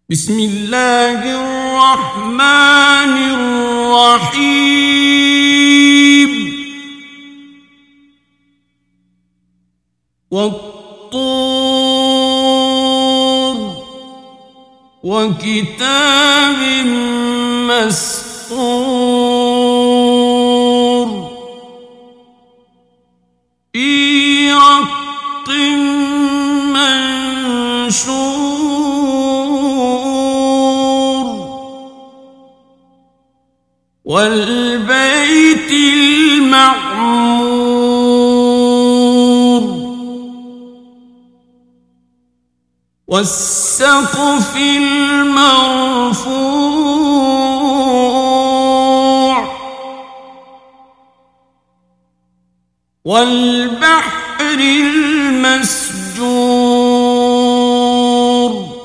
بسم الله الرحمن الرحيم والطور وكتاب مسطور في رق منشور والبيت المعمور والسقف المرفوع والبحر المسجور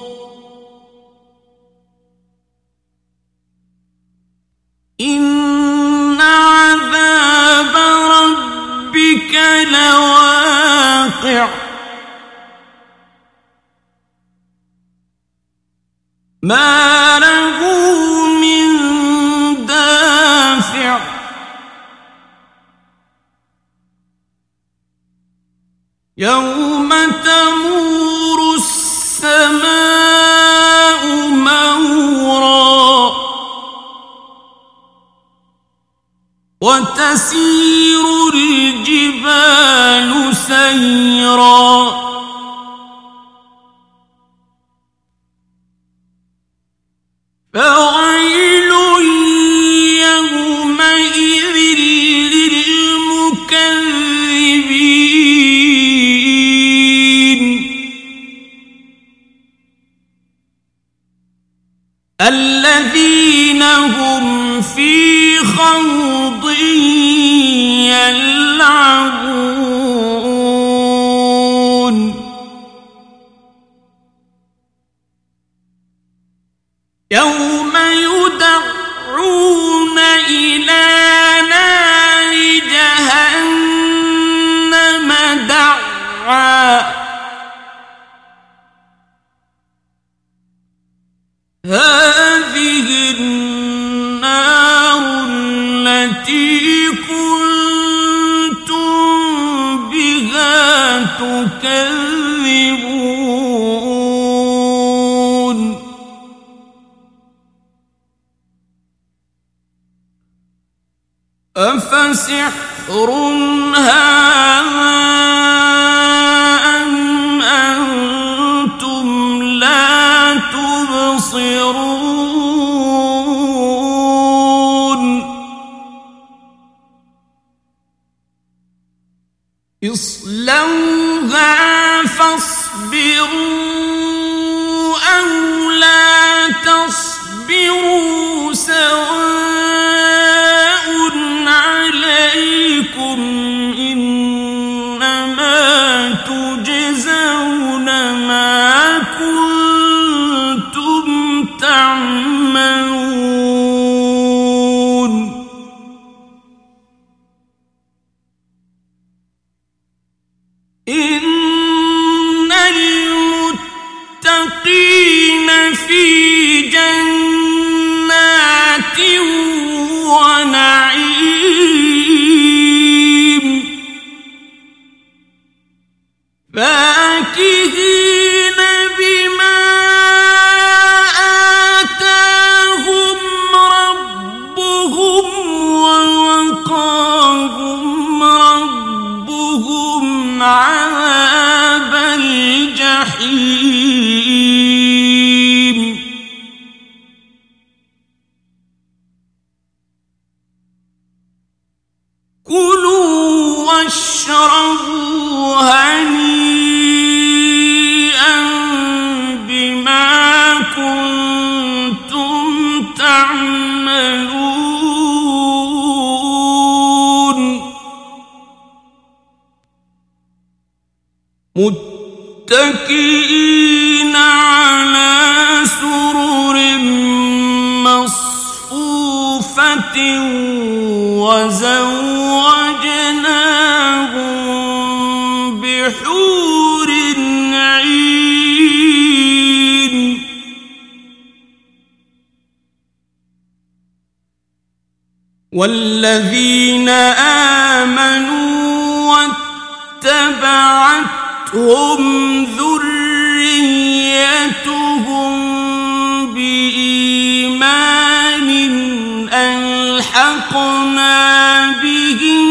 إن عذاب ربك لواقع ما له من دافع يوم تمور السماء مورا وتسير الجبال سيرا فويل يومئذ للمكذبين الذين هم في خوض يلعبون يوم يدعون إلى نار جهنم دعا هذه النار التي كنتم بها تكذبون أفسحر هذا أم أنتم لا تبصرون اصلوها فاصبروا أو لا تصبروا سواء عليكم إنما تجزون ما كنتم تعملون إن المتقين في جنات ونعيم فاكهين بما آتاهم ربهم ووقاهم ربهم عذاب الجحيم كلوا واشربوا هنيئا بما كنتم تعملون متكئين على سرر مصفوفة وزوجناهم بحور عين والذين آمنوا واتبعتهم ذريتهم بإيمان ألحقنا بهم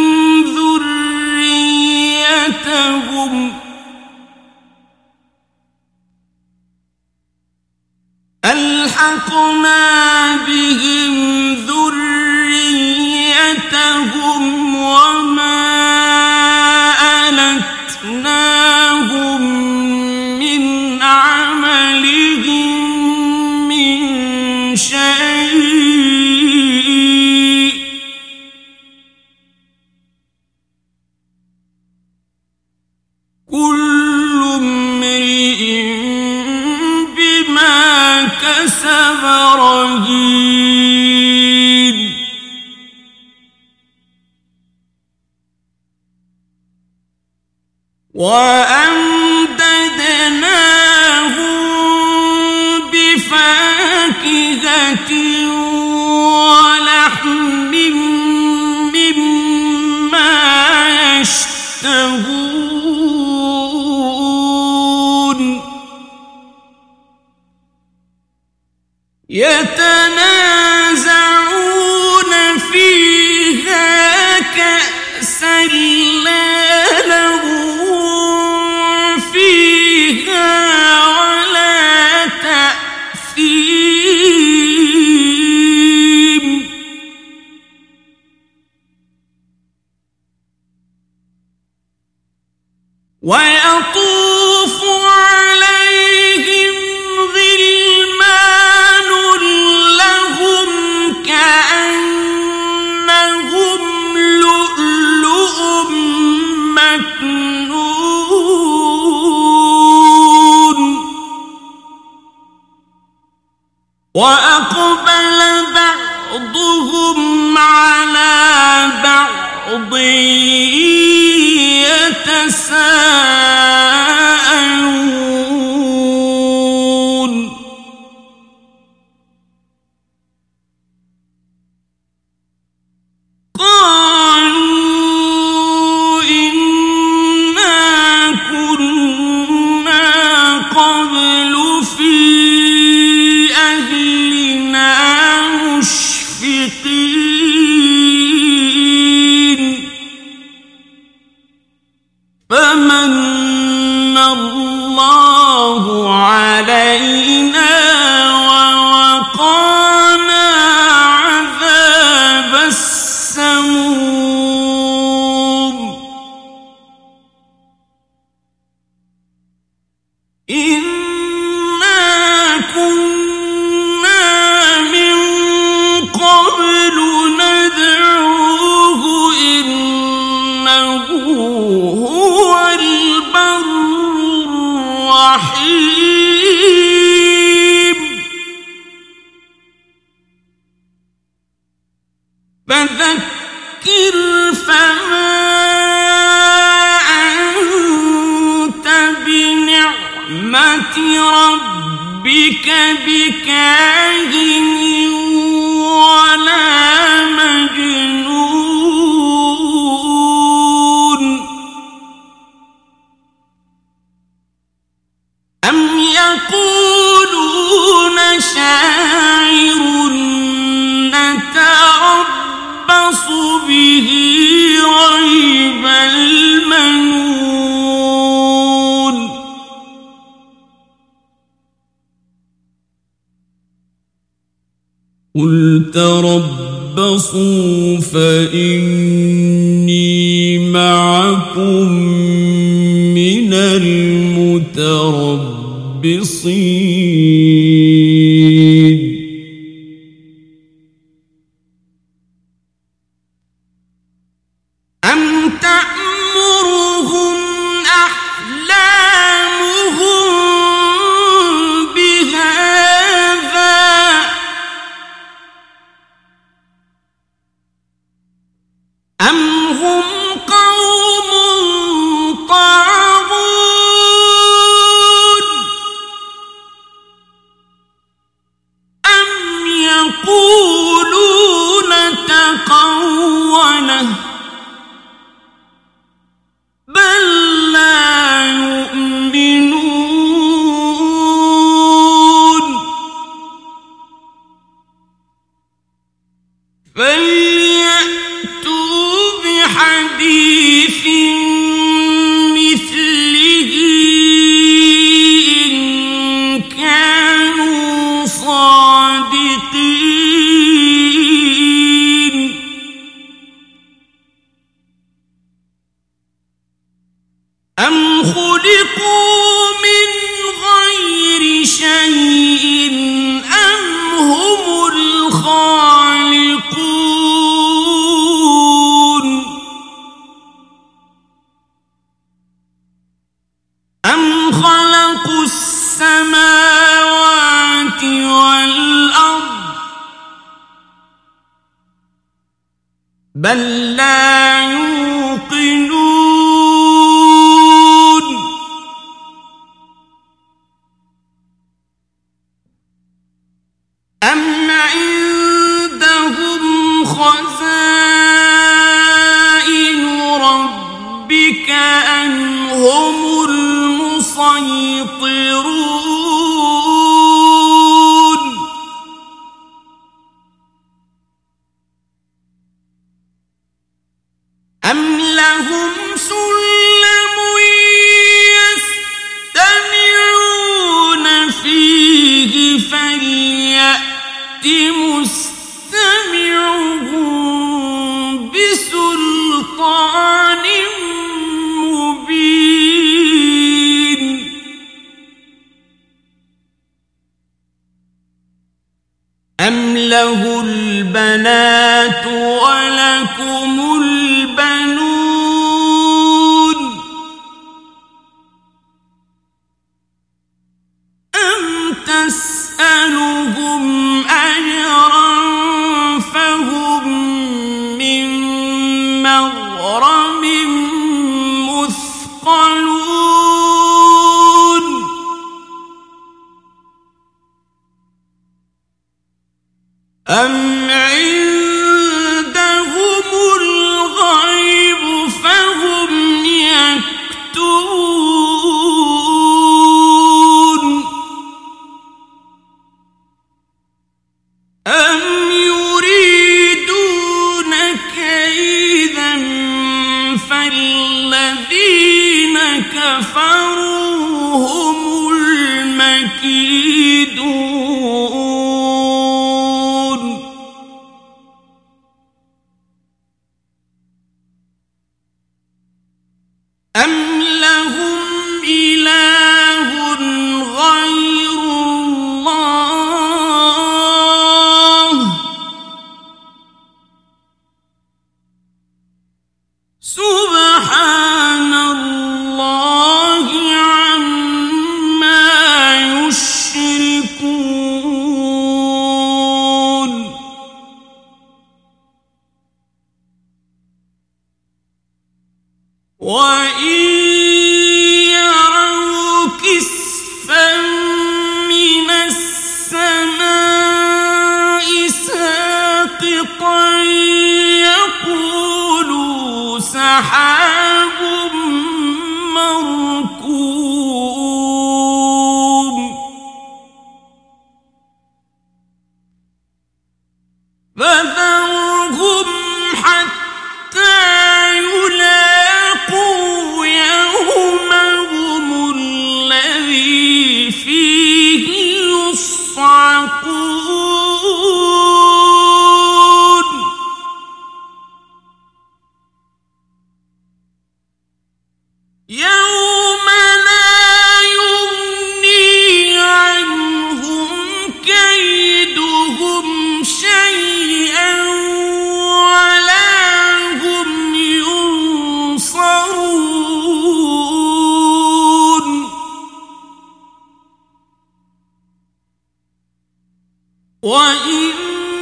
ذريتهم وما ألتناهم من عملهم من شيء كل امرئ بما كسب رهين وأمددناهم بفاكهة ولحم مما يشتهون يتنازعون فيها كأسا لا لغو فيها ولا تأثيم ويطوف عليهم غلمان لهم كأنهم لؤلؤ مكنون وأقبل بعضهم على بعض يتساءلون قالوا إنا كنا قبل في أهلنا مشفقين فمن الله علينا ووقانا عذاب السموم إنا كنا من قبل ندعوه إنه هو البر الرحيم فذكر فما أنت بنعمة ربك بكاهن ولا مجنون أم يقولون شاعر نتربص به ريب المنون قل تربصوا فإني معكم من المتربصين أم تأمرهم أحلامهم بهذا أم هم قوم طاغون بل لا يوقنون أم عندهم خزائن ربك أم هم المسيطرون أم لهم سلم يستمعون فيه فليأت مستمعهم بسلطان مبين أم له البنات ولكم البنون أم تسألهم أجرا فهم من مغرم مثقلون أم عندهم الغيب فهم يكتبون أم يريدون كيدا فالذين كفروا هم المكيدون أم لهم إله غير الله سبحان الله عما يشركون وإن يروا كسفا من السماء ساقطا يقولوا سحاب مركوم فذرهم حتى يلاقوا يومهم الذي فيه يصعقون يوم لا يغني عنهم كيدهم شيئا ولا هم ينصرون وإن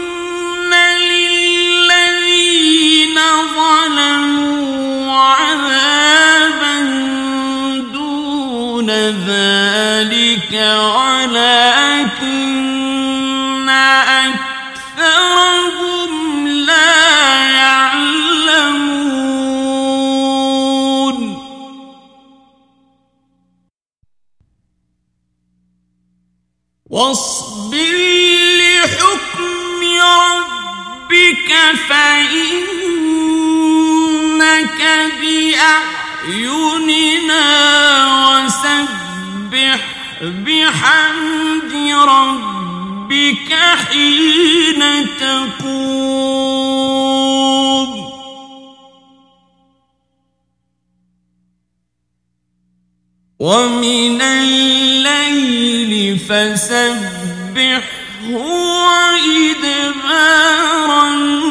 للذين ظلموا عذابا دون ذلك ولكن أكثرهم لا يعلمون واصبر لحكم ربك فإنك بأعيننا وسبح بحمد ربك حين تقوم ومن الليل فسبحه وإدبار